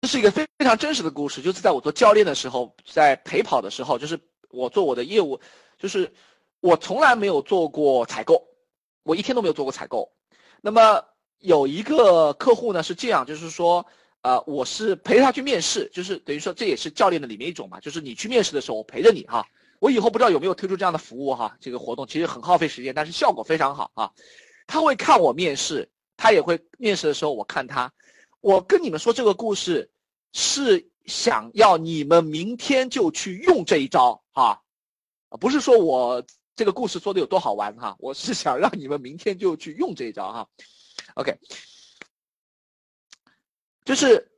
是一个非常真实的故事，就是在我做教练的时候，在陪跑的时候，就是我做我的业务，就是我从来没有做过采购，我一天都没有做过采购。那么有一个客户呢是这样，就是说，我是陪他去面试，就是等于说这也是教练的里面一种嘛，就是你去面试的时候，我陪着你哈。我以后不知道有没有推出这样的服务哈，这个活动其实很耗费时间，但是效果非常好啊。他会看我面试，他也会面试的时候我看他。我跟你们说这个故事，是想要你们明天就去用这一招哈，不是说我这个故事说的有多好玩哈，我是想让你们明天就去用这一招哈。OK， 就是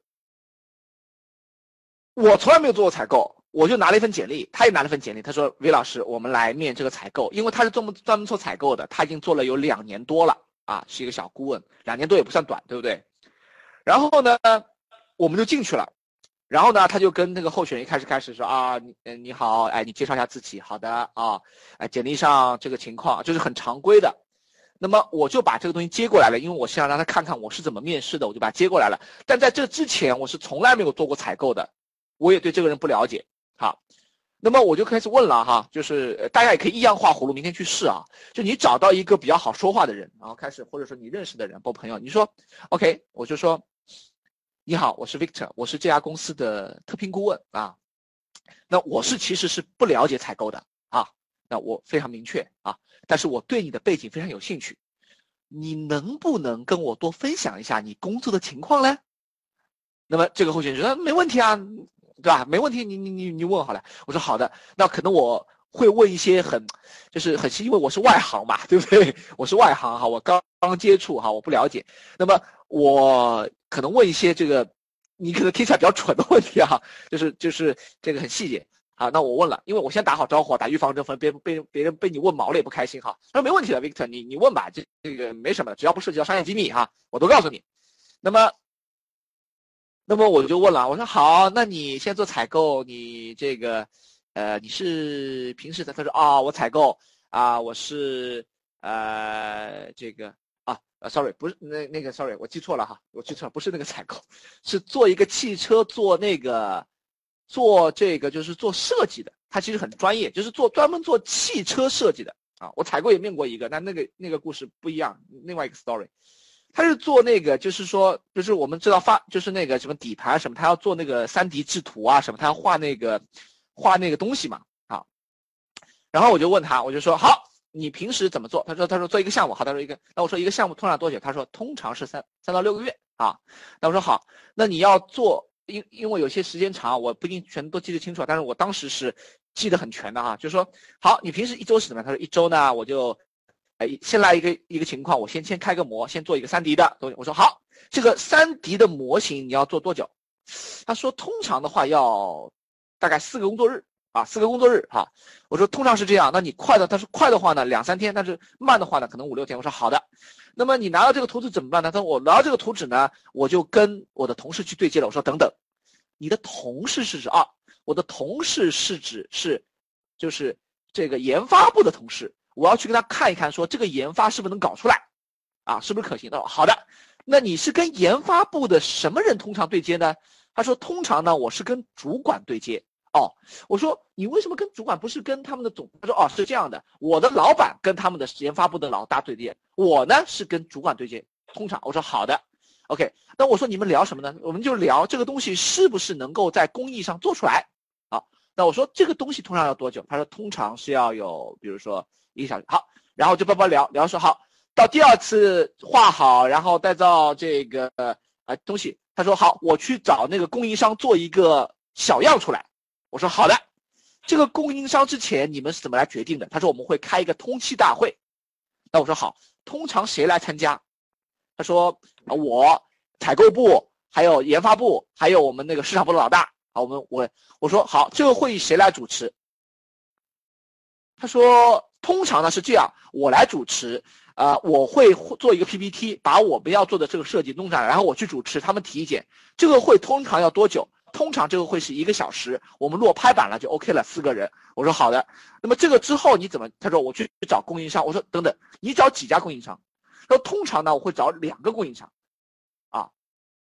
我从来没有做过采购，我就拿了一份简历，他也拿了份简历，他说韦老师，我们来面这个采购，因为他是专门做采购的，他已经做了有2年多了啊，是一个小顾问，2年多也不算短，对不对？然后呢，我们就进去了。然后呢，他就跟那个候选人开始说啊，你好，哎，你介绍一下自己，好的啊，哎，简历上这个情况就是很常规的。那么我就把这个东西接过来了，因为我想让他看看我是怎么面试的，我就把它接过来了。但在这之前，我是从来没有做过采购的，我也对这个人不了解。好，那么我就开始问了哈，就是大家也可以依样画葫芦，明天去试啊。就你找到一个比较好说话的人，然后开始，或者说你认识的人或朋友，你说 OK， 我就说。你好，我是 Victor， 我是这家公司的特聘顾问啊。那我其实是不了解采购的啊，那我非常明确啊，但是我对你的背景非常有兴趣，你能不能跟我多分享一下你工作的情况呢？那么这个候选人说没问题啊，对吧？没问题，你问好了。我说好的，那可能我会问一些就是很因为我是外行嘛，对不对？我是外行哈，我刚接触哈，我不了解。那么我可能问一些这个你可能听起来比较蠢的问题啊，就是这个很细节啊。那我问了，因为我先打好招呼，打预防针，别人被你问毛了也不开心哈。他说没问题的 ，Victor，你问吧，这个没什么，只要不涉及到商业机密哈，我都告诉你。那么我就问了，我说好，那你现在做采购，你这个，你是平时他说啊，我采购啊，我是这个sorry， 不是那个 sorry， 我记错了哈，我记错了，不是那个采购，是做一个汽车做这个就是做设计的，他其实很专业，就是专门做汽车设计的啊。我采购也面过一个，那个故事不一样，另外一个 story。他是做那个，就是说，就是我们知道就是那个什么底盘什么，他要做那个3D 制图啊什么，他要画那个东西嘛，啊。然后我就问他，我就说好，你平时怎么做？他说做一个项目，好，他说那我说一个项目通常多久？他说通常是3到6个月啊。那我说好，那你要做，因为有些时间长，我不一定全都记得清楚，但是我当时是记得很全的哈，就是说好，你平时1周是怎么样？他说1周呢，我就。先来一个情况，我先开个模，先做一个3D 的。我说好，这个3D 的模型你要做多久？他说通常的话要大概4个工作日啊，4个工作日哈。我说通常是这样，那你快的，他说快的话呢2、3天，但是慢的话呢可能5、6天。我说好的，那么你拿到这个图纸怎么办呢？他说我拿到这个图纸呢，我就跟我的同事去对接了。我说等等，你的同事是指我的同事是指就是这个研发部的同事。我要去跟他看一看，说这个研发是不是能搞出来，啊，是不是可行的？好的，那你是跟研发部的什么人通常对接呢？他说通常呢，我是跟主管对接。哦，我说你为什么跟主管不是跟他们的总？他说是这样的，我的老板跟他们的研发部的老大对接，我呢是跟主管对接。通常我说好的 ，OK， 那我说你们聊什么呢？我们就聊这个东西是不是能够在工艺上做出来。好，那我说这个东西通常要多久？他说通常是要有，比如说1个小时。好，然后就叭叭聊说好，到第2次画好，然后再造这个东西。他说好，我去找那个供应商做一个小样出来。我说好的，这个供应商之前你们是怎么来决定的？他说我们会开一个通气大会。那我说好，通常谁来参加？他说我采购部，还有研发部，还有我们那个市场部的老大。好，我说好，这个会议谁来主持？他说通常呢是这样，我来主持，我会做一个 PPT， 把我们要做的这个设计弄上来，然后我去主持，他们提意见。这个会通常要多久？通常这个会是1个小时，我们如果拍板了就 OK 了，4个人。我说好的。那么这个之后你怎么？他说我去找供应商。我说等等，你找几家供应商？他说通常呢我会找2个供应商，啊，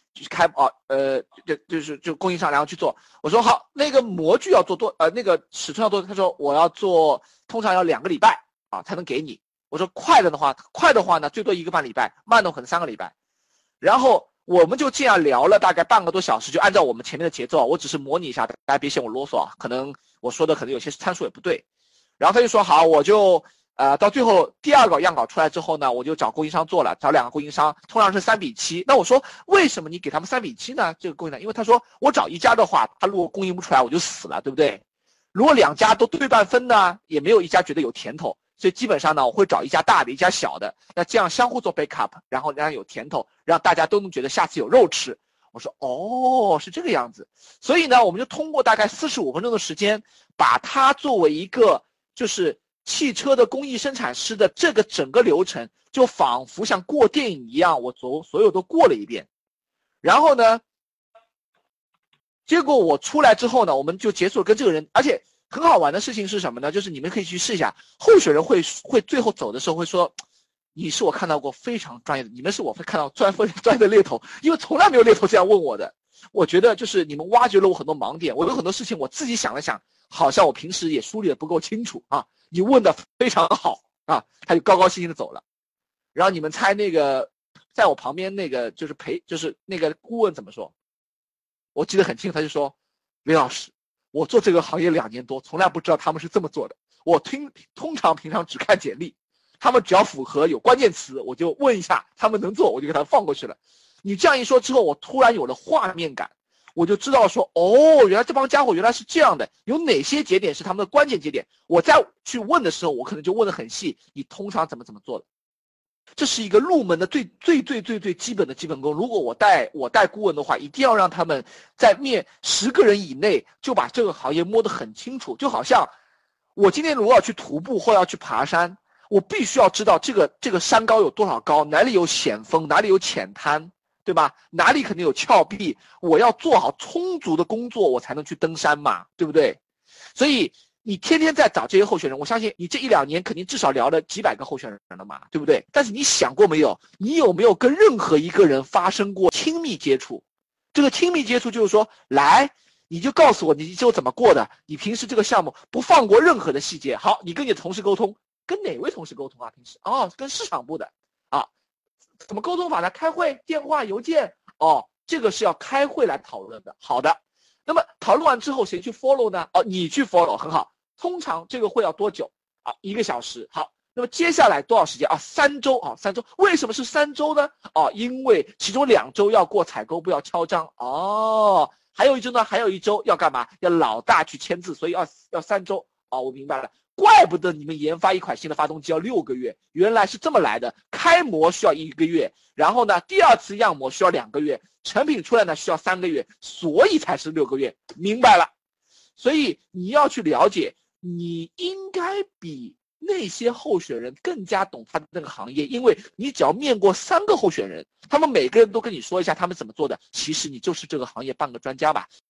就供应商，然后去做。我说好，那个模具要做那个尺寸要多，他说我要做，通常要2个礼拜啊才能给你。我说快的话呢，最多1个半礼拜，慢的可能3个礼拜。然后我们就这样聊了大概半个多小时，就按照我们前面的节奏，我只是模拟一下，大家别嫌我啰嗦啊，可能我说的可能有些参数也不对。然后他就说好，我就到最后第2个样稿出来之后呢，我就找供应商做了，找2个供应商，通常是3:7。那我说为什么你给他们3:7呢？这个供应商，因为他说我找一家的话，他如果供应不出来我就死了，对不对？如果2家都对半分呢，也没有一家觉得有甜头，所以基本上呢，我会找一家大的，一家小的，那这样相互做 backup， 然后让有甜头，让大家都能觉得下次有肉吃。我说哦，是这个样子。所以呢，我们就通过大概45分钟的时间，把它作为一个就是汽车的工艺生产师的这个整个流程，就仿佛像过电影一样，我所有都过了一遍。然后呢，结果我出来之后呢，我们就结束了跟这个人，而且很好玩的事情是什么呢？就是你们可以去试一下，候选人会最后走的时候会说，你是我看到过非常专业的，你们是我会看到专业的猎头，因为从来没有猎头这样问我的。我觉得就是你们挖掘了我很多盲点，我有很多事情我自己想了想，好像我平时也梳理的不够清楚啊。你问的非常好啊，他就高高兴兴的走了。然后你们猜那个在我旁边那个就是那个顾问怎么说？我记得很清楚，他就说，李老师，我做这个行业2年多，从来不知道他们是这么做的。我通常平常只看简历，他们只要符合有关键词，我就问一下他们能做，我就给他们放过去了。你这样一说之后，我突然有了画面感，我就知道说，哦，原来这帮家伙原来是这样的，有哪些节点是他们的关键节点。我再去问的时候，我可能就问得很细，你通常怎么做的。这是一个入门的最基本的基本功。如果我带顾问的话，一定要让他们在10个人以内就把这个行业摸得很清楚。就好像我今天如果要去徒步或要去爬山，我必须要知道这个山高有多少高，哪里有险峰，哪里有浅滩，对吧？哪里肯定有峭壁，我要做好充足的工作，我才能去登山嘛，对不对？所以你天天在找这些候选人，我相信你这1-2年肯定至少聊了几百个候选人了嘛，对不对？但是你想过没有，你有没有跟任何一个人发生过亲密接触？这个亲密接触就是说，来，你就告诉我你就怎么过的，你平时这个项目不放过任何的细节。好，你跟你的同事沟通，跟哪位同事沟通啊？平时跟市场部的啊，怎么沟通法呢？开会、电话、邮件这个是要开会来讨论的。好的。那么讨论完之后谁去 follow 呢？你去 follow， 很好。通常这个会要多久？1个小时。好，那么接下来多少时间？3周3周。为什么是3周呢？因为其中2周要过采购部要敲章还有1周呢？还有1周要干嘛？要老大去签字，所以要3周。我明白了。怪不得你们研发一款新的发动机要6个月，原来是这么来的。开模需要1个月，然后呢，第2次样模需要2个月，成品出来呢需要3个月，所以才是6个月。明白了。所以你要去了解，你应该比那些候选人更加懂他的那个行业，因为你只要面过3个候选人，他们每个人都跟你说一下他们怎么做的，其实你就是这个行业半个专家吧。